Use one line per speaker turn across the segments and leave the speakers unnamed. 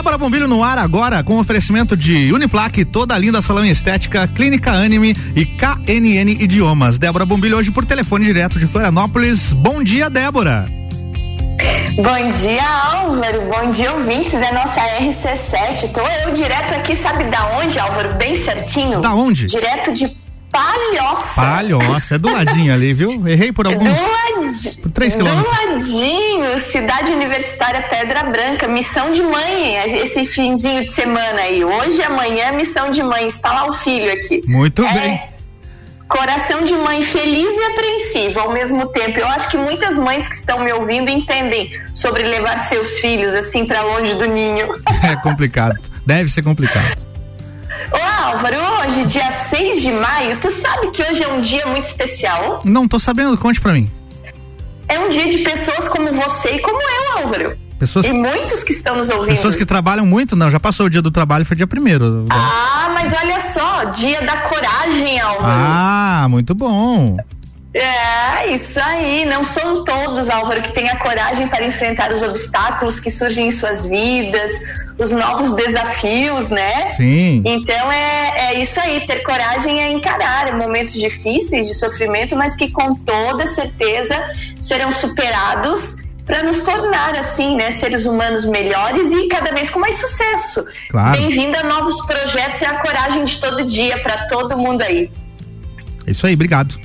Débora Bombilho no ar agora com oferecimento de Uniplaque, toda linda salão e estética, Clínica Anime e KNN Idiomas. Débora Bombilho hoje por telefone direto de Florianópolis. Bom dia, Débora.
Bom dia, Álvaro. Bom dia, ouvintes da nossa RC7. Tô eu direto aqui, sabe da onde, Álvaro? Bem certinho.
Da onde?
Direto de Palhoça.
Palhoça, é do ladinho ali, viu? Errei por alguns. Por 3 quilômetros.
Do ladinho, Cidade Universitária Pedra Branca, missão de mãe, esse finzinho de semana aí. Hoje e amanhã, missão de mãe, está lá o filho aqui.
Muito bem.
Coração de mãe feliz e apreensivo ao mesmo tempo. Eu acho que muitas mães que estão me ouvindo entendem sobre levar seus filhos assim para longe do ninho.
É complicado, deve ser complicado.
Ô Álvaro, hoje, dia 6 de maio, tu sabe que hoje é um dia muito especial?
Não tô sabendo, conte pra mim.
É um dia de pessoas como você e como eu, Álvaro.
Pessoas
e muitos que estão nos ouvindo.
Pessoas que trabalham muito, não, já passou o dia do trabalho, foi dia 1º.
Ah, mas olha só, dia da coragem, Álvaro.
Ah, muito bom.
É, isso aí, não são todos, Álvaro, que têm a coragem para enfrentar os obstáculos que surgem em suas vidas, os novos desafios, né?
Sim.
Então é isso aí, ter coragem é encarar momentos difíceis de sofrimento, mas que com toda certeza serão superados para nos tornar assim, né, seres humanos melhores e cada vez com mais sucesso.
Claro.
Bem-vindo a novos projetos e a coragem de todo dia para todo mundo aí.
É isso aí, obrigado.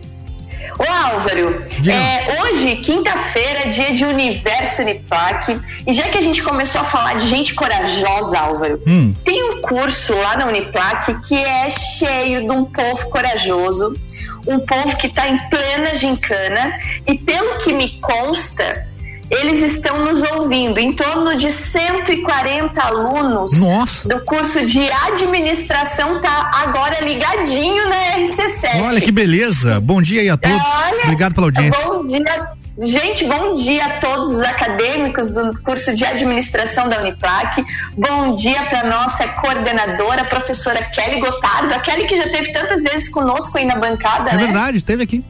Ô Álvaro, hoje, quinta-feira, é dia de Universo Uniplaque, e já que a gente começou a falar de gente corajosa, Álvaro, tem um curso lá na Uniplaque que é cheio de um povo corajoso, um povo que está em plena gincana, e pelo que me consta, eles estão nos ouvindo, em torno de 140 alunos.
Nossa.
Do curso de administração tá agora ligadinho na RC7.
Olha que beleza, bom dia aí a todos. Obrigado pela audiência.
Bom dia, gente, bom dia a todos os acadêmicos do curso de administração da Uniplaque. Bom dia para nossa coordenadora, a professora Kelly Gotardo, a Kelly que já esteve tantas vezes conosco aí na bancada, né?
É verdade, esteve aqui.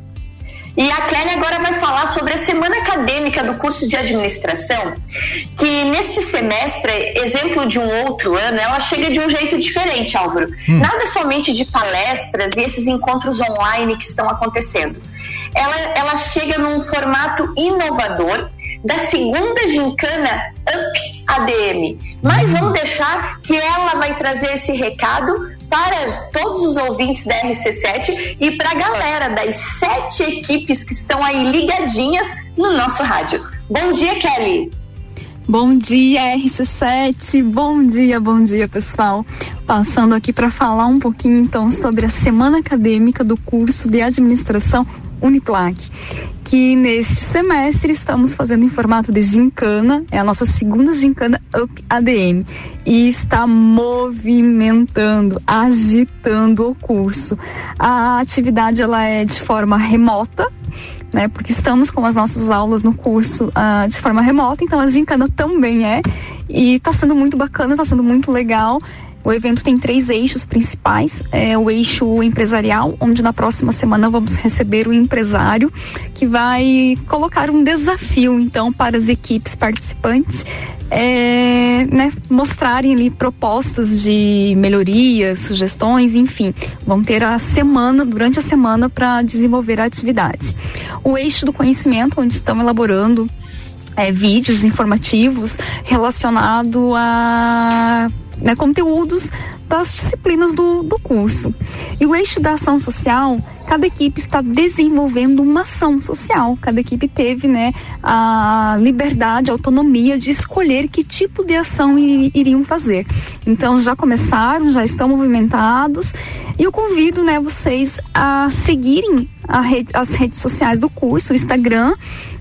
E a Kelly agora vai falar sobre a semana acadêmica do curso de administração, que neste semestre, exemplo de um outro ano, ela chega de um jeito diferente, Álvaro. Nada somente de palestras e esses encontros online que estão acontecendo. Ela chega num formato inovador da segunda gincana Up ADM. Mas vamos deixar que ela vai trazer esse recado para todos os ouvintes da RC7 e para a galera das 7 equipes que estão aí ligadinhas no nosso rádio. Bom dia, Kelly.
Bom dia, RC7, bom dia, pessoal. Passando aqui para falar um pouquinho então sobre a semana acadêmica do curso de administração Uniplaque, que neste semestre estamos fazendo em formato de gincana, é a nossa segunda gincana Up ADM, e está movimentando, agitando o curso. A atividade ela é de forma remota, né, porque estamos com as nossas aulas no curso de forma remota, então a gincana também e está sendo muito bacana, está sendo muito legal. O evento tem 3 eixos principais, o eixo empresarial, onde na próxima semana vamos receber o empresário, que vai colocar um desafio, então, para as equipes participantes, mostrarem ali propostas de melhorias, sugestões, enfim, vão ter durante a semana para desenvolver a atividade. O eixo do conhecimento, onde estão elaborando vídeos informativos relacionados a conteúdos das disciplinas do curso. E o eixo da ação social, cada equipe está desenvolvendo uma ação social. Cada equipe teve a liberdade, a autonomia de escolher que tipo de ação iriam fazer. Então já começaram, já estão movimentados, e eu convido vocês a seguirem as redes sociais do curso, o Instagram,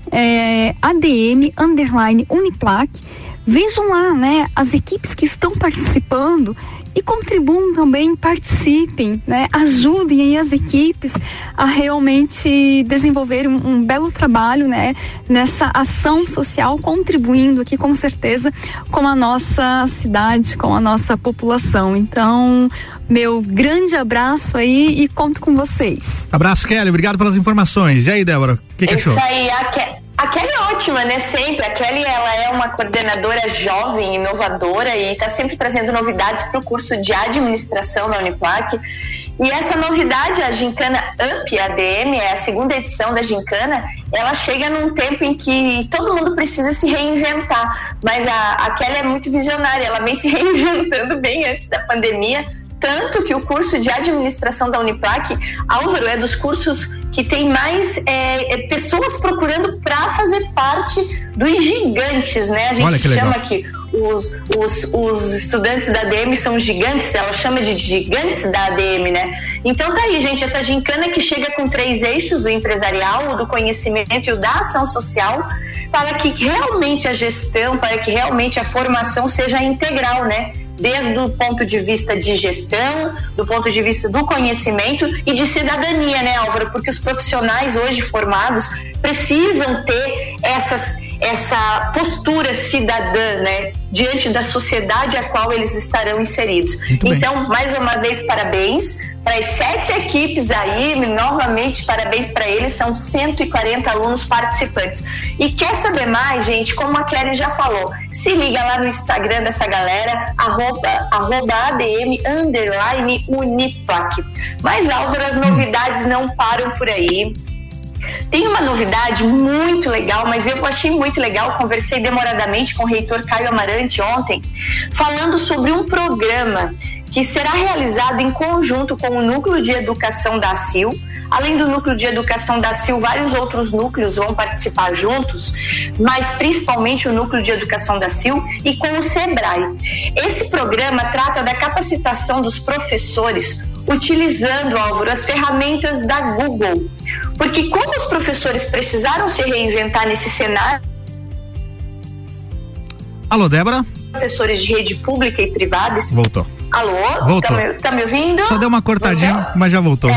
ADM_Uniplaque. Vejam lá, as equipes que estão participando e contribuam também, participem, ajudem aí as equipes a realmente desenvolver um belo trabalho, nessa ação social, contribuindo aqui com certeza com a nossa cidade, com a nossa população. Então, meu grande abraço aí e conto com vocês.
Abraço, Kelly, obrigado pelas informações. E aí, Débora, o que achou?
Isso aí, A Kelly é ótima, né? Sempre. A Kelly, ela é uma coordenadora jovem, inovadora e está sempre trazendo novidades para o curso de administração da Uniplac. E essa novidade, a Gincana UP ADM, é a segunda edição da Gincana, ela chega num tempo em que todo mundo precisa se reinventar. Mas a Kelly é muito visionária, ela vem se reinventando bem antes da pandemia. Tanto que o curso de administração da Uniplac, Álvaro, é dos cursos que tem mais pessoas procurando para fazer parte dos gigantes, né? A gente chama que os estudantes da ADM são gigantes, ela chama de gigantes da ADM, né? Então tá aí, gente, essa gincana que chega com 3 eixos, o empresarial, o do conhecimento e o da ação social, para que realmente a gestão, para que realmente a formação seja integral, né? Desde o ponto de vista de gestão, do ponto de vista do conhecimento e de cidadania, né, Álvaro? Porque os profissionais hoje formados precisam ter essa postura cidadã, né, diante da sociedade a qual eles estarão inseridos. Então, mais uma vez, parabéns para as 7 equipes aí, novamente parabéns para eles, são 140 alunos participantes. E quer saber mais, gente, como a Kelly já falou, se liga lá no Instagram dessa galera, @ADM_Uniplac. Mas, Álvaro, as novidades não param por aí. Tem uma novidade muito legal, mas eu achei muito legal, conversei demoradamente com o reitor Caio Amarante ontem, falando sobre um programa que será realizado em conjunto com o Núcleo de Educação da ACIL. Além do Núcleo de Educação da ACIL, vários outros núcleos vão participar juntos, mas principalmente o Núcleo de Educação da ACIL e com o SEBRAE. Esse programa trata da capacitação dos professores utilizando, Álvaro, as ferramentas da Google. Porque como os professores precisaram se reinventar nesse cenário...
Alô, Débora?
Professores de rede pública e privada...
Voltou.
Alô?
Voltou.
Tá me ouvindo?
Só deu uma cortadinha, voltou? Mas já voltou.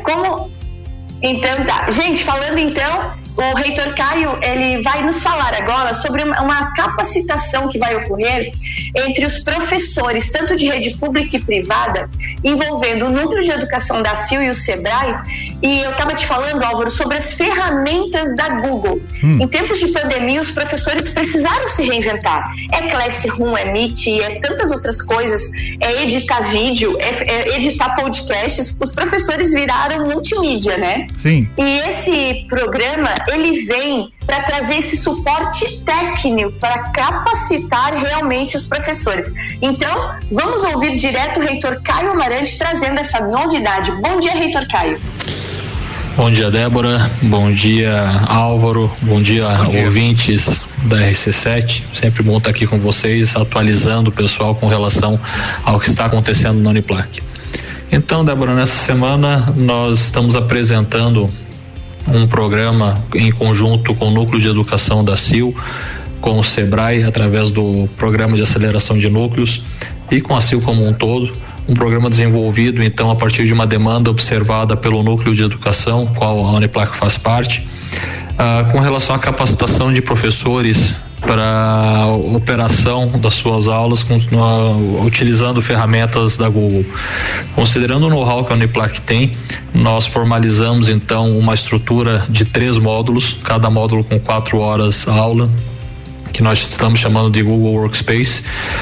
Então tá. Gente, falando então, o reitor Caio, ele vai nos falar agora sobre uma capacitação que vai ocorrer entre os professores, tanto de rede pública e privada, envolvendo o Núcleo de Educação da ACIL e o SEBRAE. E eu estava te falando, Álvaro, sobre as ferramentas da Google. Em tempos de pandemia, os professores precisaram se reinventar. É Classroom, é Meet, é tantas outras coisas, é editar vídeo, é editar podcasts. Os professores viraram multimídia, né?
Sim.
E esse programa, ele vem para trazer esse suporte técnico, para capacitar realmente os professores. Então, vamos ouvir direto o reitor Caio Amarante trazendo essa novidade. Bom dia, reitor Caio.
Bom dia, Débora. Bom dia, Álvaro. Bom dia, ouvintes da RC7. Sempre bom estar aqui com vocês, atualizando o pessoal com relação ao que está acontecendo na Uniplac. Então, Débora, nessa semana nós estamos apresentando um programa em conjunto com o Núcleo de Educação da ACIL, com o SEBRAE, através do Programa de Aceleração de Núcleos, e com a ACIL como um todo, um programa desenvolvido então a partir de uma demanda observada pelo Núcleo de Educação, qual a Uniplac faz parte, com relação à capacitação de professores para a operação das suas aulas utilizando ferramentas da Google. Considerando o know-how que a Uniplac tem, nós formalizamos então uma estrutura de 3 módulos, cada módulo com 4 horas aula, que nós estamos chamando de Google Workspace,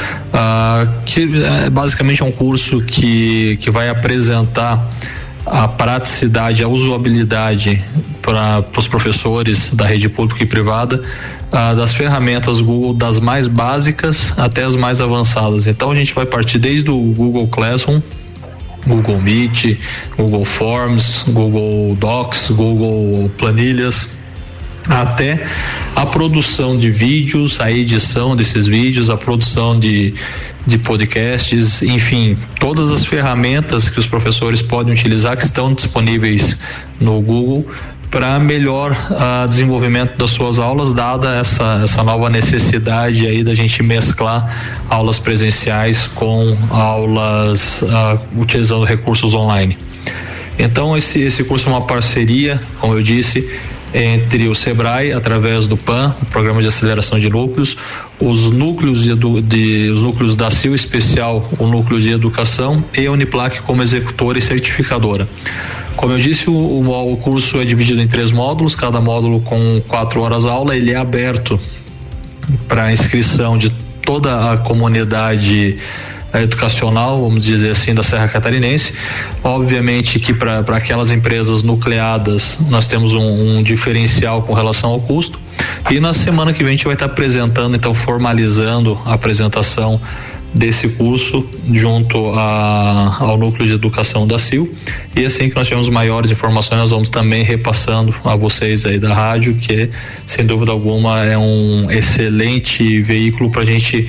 que basicamente é um curso que vai apresentar a praticidade, a usabilidade para os professores da rede pública e privada, das ferramentas Google, das mais básicas até as mais avançadas. Então a gente vai partir desde o Google Classroom, Google Meet, Google Forms, Google Docs, Google Planilhas, até a produção de vídeos, a edição desses vídeos, a produção de podcasts, enfim, todas as ferramentas que os professores podem utilizar, que estão disponíveis no Google, para melhor desenvolvimento das suas aulas, dada essa nova necessidade aí da gente mesclar aulas presenciais com aulas utilizando recursos online. Então esse curso é uma parceria, como eu disse, entre o SEBRAE, através do PAN, o Programa de Aceleração de Núcleos, os núcleos os núcleos da ACIL, especial o Núcleo de Educação, e a Uniplac como executora e certificadora. Como eu disse, o curso é dividido em 3 módulos, cada módulo com 4 horas aula. Ele é aberto para inscrição de toda a comunidade educacional, vamos dizer assim, da Serra Catarinense. Obviamente que para aquelas empresas nucleadas nós temos um diferencial com relação ao custo, e na semana que vem a gente vai estar apresentando, então formalizando a apresentação desse curso junto ao núcleo de educação da CIL, e assim que nós tivermos maiores informações nós vamos também repassando a vocês aí da rádio, que sem dúvida alguma é um excelente veículo para a gente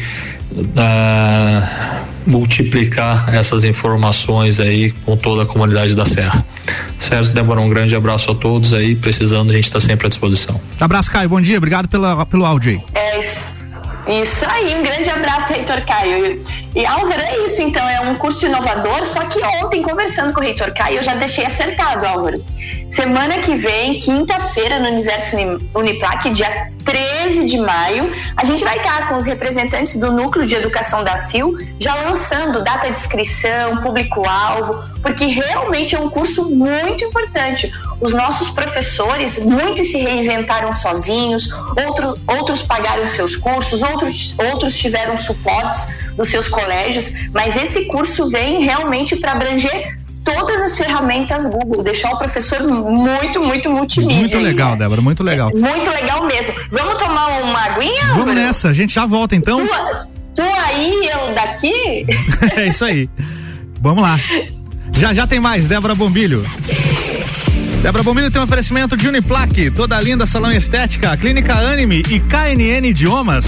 multiplicar essas informações aí com toda a comunidade da Serra. Certo, Débora, um grande abraço a todos aí, precisando a gente está sempre à disposição.
Abraço, Caio, bom dia, obrigado pelo áudio aí.
Isso aí, um grande abraço, reitor Caio. E Álvaro, é isso então, é um curso inovador, só que ontem, conversando com o reitor Caio, eu já deixei acertado, Álvaro. Semana que vem, quinta-feira, no Universo Uniplac, dia 13 de maio, a gente vai estar com os representantes do Núcleo de Educação da CIL, já lançando data de inscrição, público-alvo, porque realmente é um curso muito importante. Os nossos professores, muitos se reinventaram sozinhos, outros pagaram seus cursos, outros tiveram suportes dos seus colégios, mas esse curso vem realmente para abranger todas as ferramentas Google, deixar o professor muito multimídia.
Muito legal, né? Débora, muito legal.
Muito legal mesmo. Vamos tomar uma aguinha?
Vamos nessa, a gente já volta então.
Tu aí, eu daqui?
É isso aí. Vamos lá. Já tem mais, Débora Bombilho. Débora Bombilho tem um oferecimento de Uniplac, toda linda salão estética, Clínica Anime e KNN Idiomas.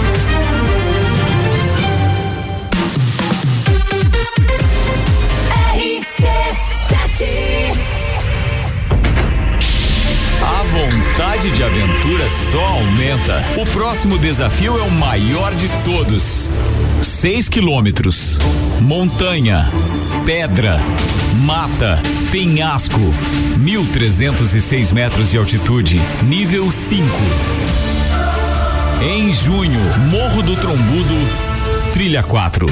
A vontade de aventura só aumenta. O próximo desafio é o maior de todos. 6 quilômetros. Montanha, pedra, mata, penhasco. 1.306 metros de altitude, nível 5. Em junho, Morro do Trombudo, trilha 4.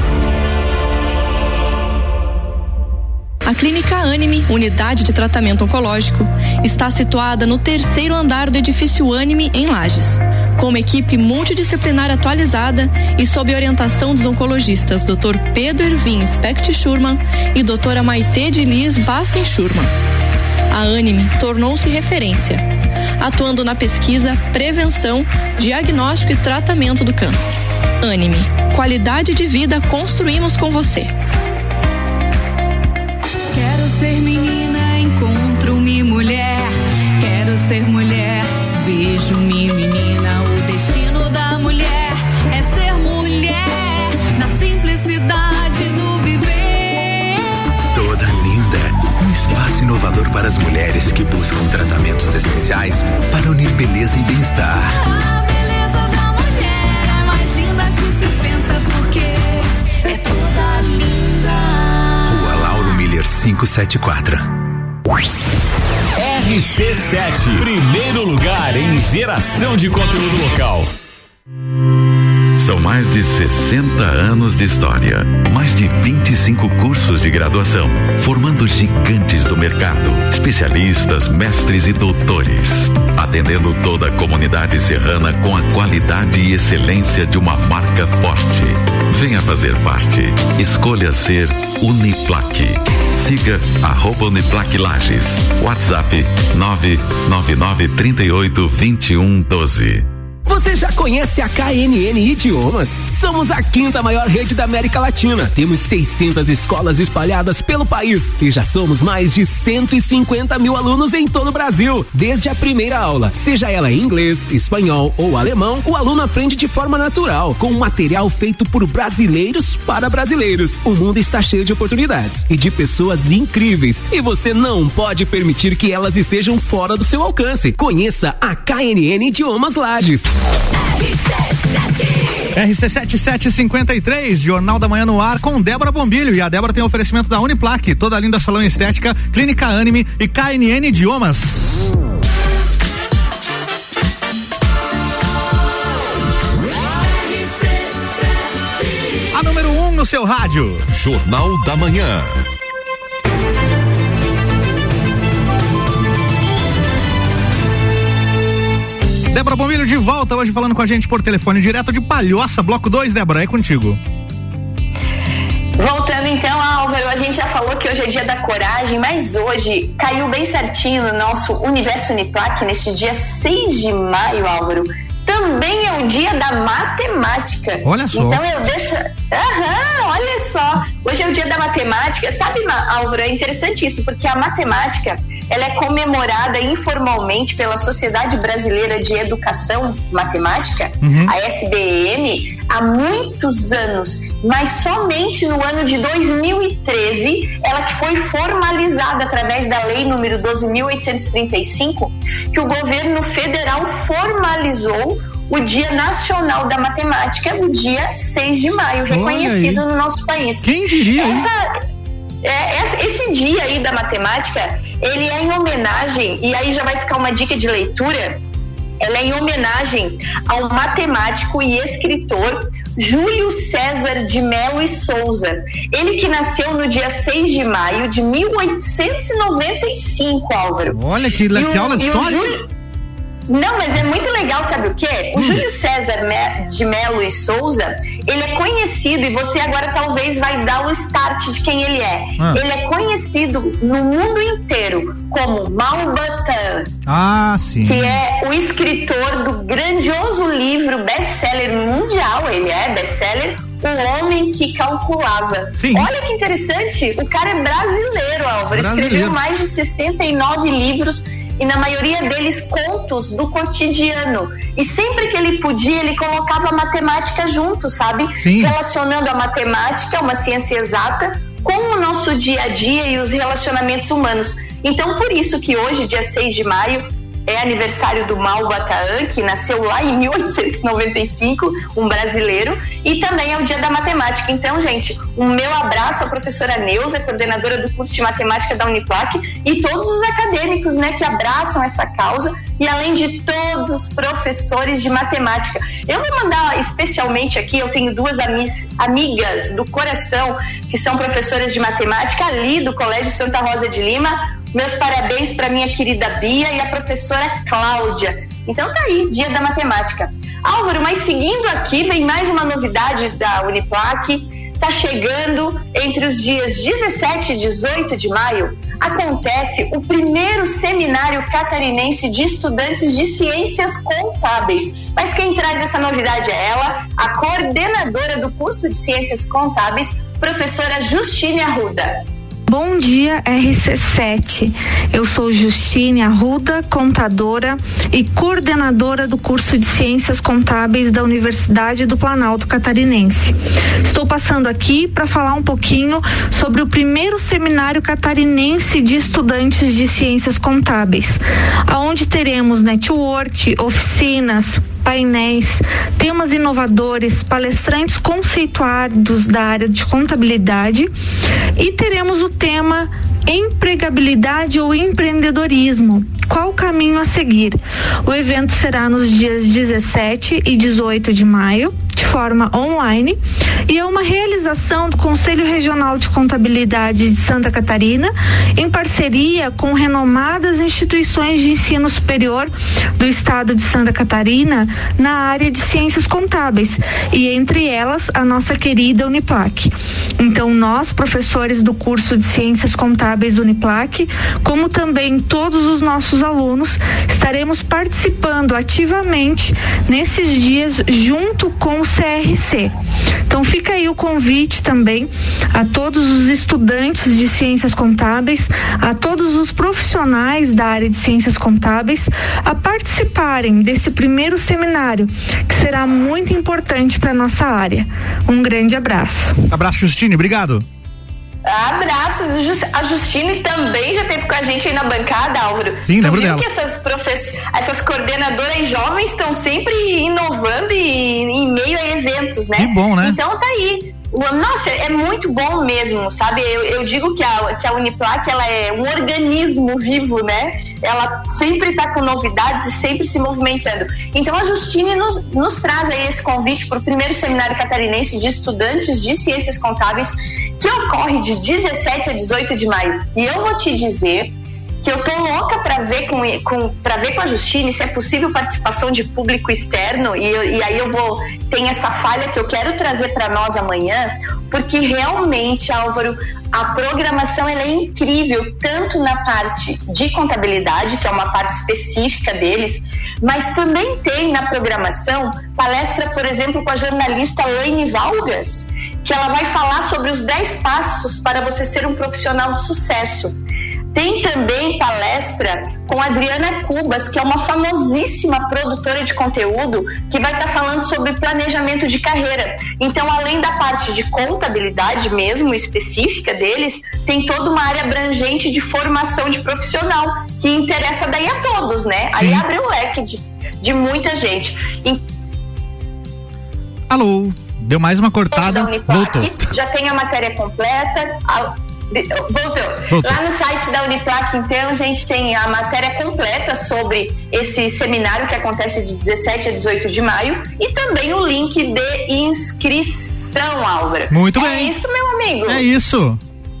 A Clínica Anime, unidade de tratamento oncológico, está situada no 3º andar do edifício Anime, em Lages, com uma equipe multidisciplinar atualizada e sob orientação dos oncologistas Dr. Pedro Ervin Specht Schurman e doutora Maite de Liz Vassen Schurman. A Anime tornou-se referência, atuando na pesquisa, prevenção, diagnóstico e tratamento do câncer. Anime, qualidade de vida construímos com você.
Ser menina, encontro-me mulher. Quero ser mulher, vejo-me menina. O destino da mulher é ser mulher, na simplicidade do viver.
Toda linda, um espaço inovador para as mulheres que buscam tratamentos essenciais para unir beleza e bem-estar.
A beleza da mulher é mais linda que se pensa, porque é toda linda.
574.
RC7, primeiro lugar em geração de conteúdo local.
São mais de 60 anos de história, mais de 25 cursos de graduação, formando gigantes do mercado, especialistas, mestres e doutores, atendendo toda a comunidade serrana com a qualidade e excelência de uma marca forte. Venha fazer parte. Escolha ser Uniplac. Siga @Uniplac Lages. WhatsApp 999382112.
Você já conhece a KNN Idiomas? Somos a 5ª maior rede da América Latina. Temos 600 escolas espalhadas pelo país e já somos mais de 150 mil alunos em todo o Brasil. Desde a primeira aula, seja ela em inglês, espanhol ou alemão, o aluno aprende de forma natural, com um material feito por brasileiros para brasileiros. O mundo está cheio de oportunidades e de pessoas incríveis e você não pode permitir que elas estejam fora do seu alcance. Conheça a KNN Idiomas Lages.
RC7753, Jornal da Manhã no ar com Débora Bombilho. E a Débora tem oferecimento da Uniplac, toda linda salão estética, Clínica Anime e KNN Idiomas. A número 1 no seu rádio.
Jornal da Manhã.
Débora Bombilho de volta hoje falando com a gente por telefone direto de Palhoça, bloco 2, Débora, é contigo.
Voltando então, Álvaro, a gente já falou que hoje é dia da coragem, mas hoje caiu bem certinho no nosso Universo Uniplac, neste dia 6 de maio, Álvaro. Também é um dia da matemática.
Olha só.
Então eu deixo. Olha só. Hoje é o dia da matemática. Sabe, Álvaro, é interessante isso, porque a matemática, ela é comemorada informalmente pela Sociedade Brasileira de Educação Matemática, a SBM, há muitos anos. Mas somente no ano de 2013, ela que foi formalizada através da lei número 12.835, que o governo federal formalizou o Dia Nacional da Matemática, o dia 6 de maio, reconhecido no nosso país.
Quem diria?
Esse dia aí da matemática, ele é em homenagem, e aí já vai ficar uma dica de leitura, ela é em homenagem ao matemático e escritor Júlio César de Melo e Souza. Ele que nasceu no dia 6 de maio de 1895, Álvaro.
Olha que aula de história.
Não, mas é muito legal, sabe o quê? O Júlio César de Melo e Souza, ele é conhecido, e você agora talvez vai dar o start de quem ele é. Ele é conhecido no mundo inteiro como Malbatã.
Sim.
Que é o escritor do grandioso livro best-seller mundial, ele é best-seller, O Homem que Calculava.
Sim.
Olha que interessante, o cara é brasileiro, Álvaro. Escreveu mais de 69 livros, e na maioria deles contos do cotidiano. E sempre que ele podia, ele colocava a matemática junto, sabe?
Sim.
Relacionando a matemática, uma ciência exata, com o nosso dia a dia e os relacionamentos humanos. Então, por isso que hoje, dia 6 de maio, é aniversário do Malbatã, que nasceu lá em 1895, um brasileiro, e também é o dia da matemática. Então, gente, o meu abraço à professora Neuza, coordenadora do curso de matemática da Uniplac, e todos os acadêmicos, né, que abraçam essa causa, e além de todos os professores de matemática. Eu vou mandar especialmente aqui, eu tenho duas amigas do coração, que são professoras de matemática ali do Colégio Santa Rosa de Lima. Meus parabéns para minha querida Bia e a professora Cláudia. Então tá aí, dia da matemática. Álvaro, mas seguindo aqui, vem mais uma novidade da Uniplac. Tá chegando entre os dias 17 e 18 de maio, acontece o primeiro seminário catarinense de estudantes de ciências contábeis. Mas quem traz essa novidade é ela, a coordenadora do curso de ciências contábeis, professora Justine Arruda.
Bom dia, RC7. Eu sou Justine Arruda, contadora e coordenadora do curso de Ciências Contábeis da Universidade do Planalto Catarinense. Estou passando aqui para falar um pouquinho sobre o primeiro seminário catarinense de estudantes de Ciências Contábeis, aonde teremos network, oficinas, painéis, temas inovadores, palestrantes conceituados da área de contabilidade, e teremos o tema empregabilidade ou empreendedorismo. Qual o caminho a seguir? O evento será nos dias 17 e 18 de maio, de forma online, e é uma realização do Conselho Regional de Contabilidade de Santa Catarina, em parceria com renomadas instituições de ensino superior do estado de Santa Catarina na área de ciências contábeis, e entre elas a nossa querida Uniplac. Então nós, professores do curso de Ciências Contábeis Uniplac, como também todos os nossos alunos, estaremos participando ativamente nesses dias junto com o CRC. Então fica aí o convite também a todos os estudantes de ciências contábeis, a todos os profissionais da área de ciências contábeis, a participarem desse primeiro seminário, que será muito importante para nossa área. Um grande abraço.
Abraço, Justine, obrigado.
Abraço, a Justine também já esteve com a gente aí na bancada, Álvaro.
Sim, lembro dela.
Que essas coordenadoras jovens estão sempre inovando e em meio a eventos, né?
Que bom, né?
Então tá aí. Nossa, é muito bom mesmo, sabe? Eu digo que a Uniplac, ela é um organismo vivo, né? Ela sempre está com novidades e sempre se movimentando. Então a Justine nos traz aí esse convite para o primeiro seminário catarinense de estudantes de ciências contábeis, que ocorre de 17 a 18 de maio. E eu vou te dizer que eu tô louca para ver para ver com a Justine se é possível participação de público externo, e aí tem essa falha que eu quero trazer para nós amanhã, porque realmente, Álvaro, a programação ela é incrível, tanto na parte de contabilidade, que é uma parte específica deles, mas também tem na programação palestra, por exemplo, com a jornalista Laine Valgas, que ela vai falar sobre os 10 passos para você ser um profissional de sucesso. Tem também palestra com a Adriana Cubas, que é uma famosíssima produtora de conteúdo, que vai estar falando sobre planejamento de carreira. Então, além da parte de contabilidade mesmo, específica deles, tem toda uma área abrangente de formação de profissional, que interessa daí a todos, né? Sim. Aí abre um leque de muita gente.
Alô, deu mais uma cortada, voltou.
Já tem a matéria completa. Voltou. Lá no site da Uniplac, então, gente, tem a matéria completa sobre esse seminário que acontece de 17 a 18 de maio e também o link de inscrição, Álvaro.
Muito bem.
É isso, meu amigo?
É isso.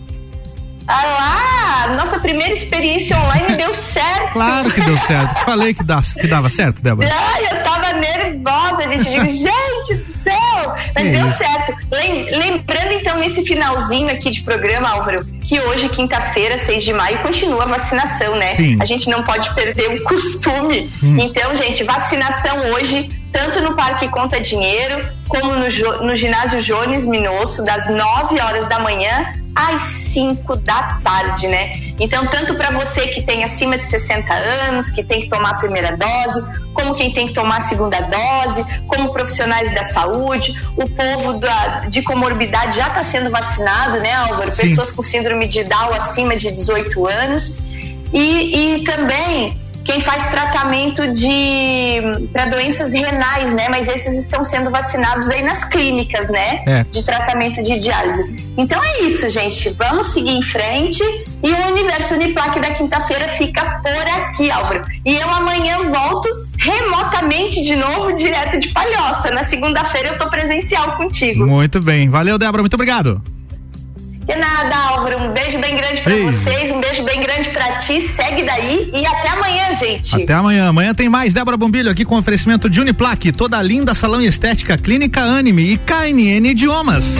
Ah lá, nossa primeira experiência online deu certo.
Claro que deu certo. Te falei que dava certo, Débora.
Eu tava nervosa, gente. Eu digo, gente do céu, mas deu certo. Lembrando então nesse finalzinho aqui de programa, Álvaro, que hoje, quinta-feira, 6 de maio, continua a vacinação, né?
Sim.
A gente não pode perder o costume. Então, gente, vacinação hoje, tanto no Parque Conta Dinheiro, como no ginásio Jones Minosso, das 9 horas da manhã às 5 da tarde, né? Então, tanto para você que tem acima de 60 anos, que tem que tomar a primeira dose, como quem tem que tomar a segunda dose, como profissionais da saúde, o povo de comorbidade já está sendo vacinado, né, Álvaro?
Sim.
Pessoas com síndrome de Down acima de 18 anos e também quem faz tratamento para doenças renais, né? Mas esses estão sendo vacinados aí nas clínicas, né? De tratamento de diálise. Então é isso, gente. Vamos seguir em frente e o Universo Uniplac da quinta-feira fica por aqui, Álvaro. E eu amanhã volto remotamente de novo, direto de Palhoça. Na segunda-feira eu tô presencial contigo.
Muito bem. Valeu, Débora. Muito obrigado.
De nada, Álvaro. Um beijo bem grande pra vocês, um beijo bem grande pra ti. Segue daí e até amanhã, gente.
Até amanhã. Amanhã tem mais Débora Bombilho aqui com oferecimento de Uniplac, toda linda salão e estética, Clínica Anime e KNN Idiomas.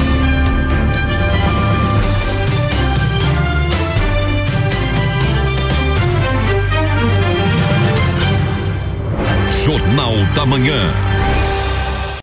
Jornal da Manhã.